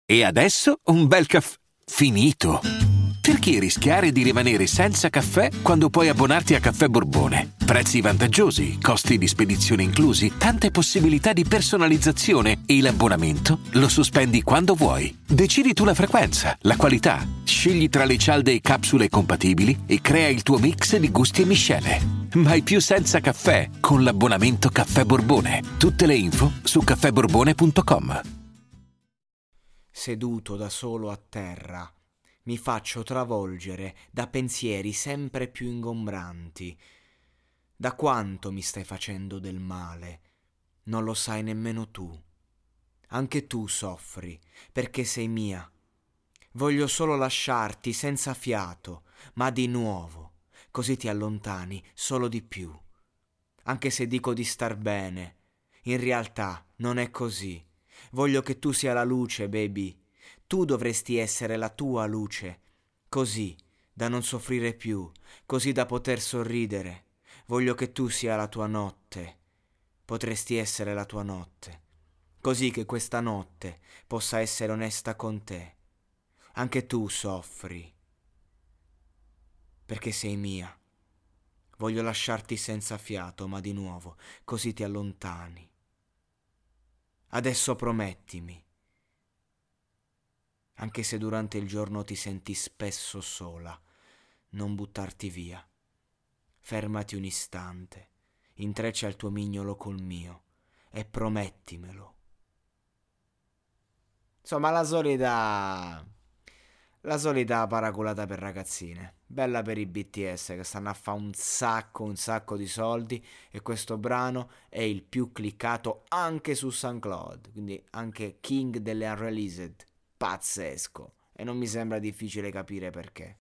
E adesso un bel caffè finito. Perché rischiare di rimanere senza caffè quando puoi abbonarti a Caffè Borbone? Prezzi vantaggiosi, costi di spedizione inclusi, tante possibilità di personalizzazione e l'abbonamento lo sospendi quando vuoi. Decidi tu la frequenza, la qualità, scegli tra le cialde e capsule compatibili e crea il tuo mix di gusti e miscele. Mai più senza caffè con l'abbonamento Caffè Borbone. Tutte le info su caffèborbone.com. Seduto da solo a terra, mi faccio travolgere da pensieri sempre più ingombranti. Da quanto mi stai facendo del male? Non lo sai nemmeno tu. Anche tu soffri, perché sei mia. Voglio solo lasciarti senza fiato, ma di nuovo, così ti allontani solo di più. Anche se dico di star bene, in realtà non è così. Voglio che tu sia la luce, baby. Tu dovresti essere la tua luce, così da non soffrire più, così da poter sorridere. Voglio che tu sia la tua notte. Potresti essere la tua notte, così che questa notte possa essere onesta con te. Anche tu soffri, perché sei mia. Voglio lasciarti senza fiato, ma di nuovo, così ti allontani. Adesso promettimi, anche se durante il giorno ti senti spesso sola, non buttarti via. Fermati un istante, intreccia il tuo mignolo col mio e promettimelo. Insomma, la solita paraculata per ragazzine. Bella per i BTS che stanno a fare un sacco di soldi, e questo brano è il più cliccato anche su SoundCloud, quindi anche King delle Unreleased. Pazzesco. E non mi sembra difficile capire perché.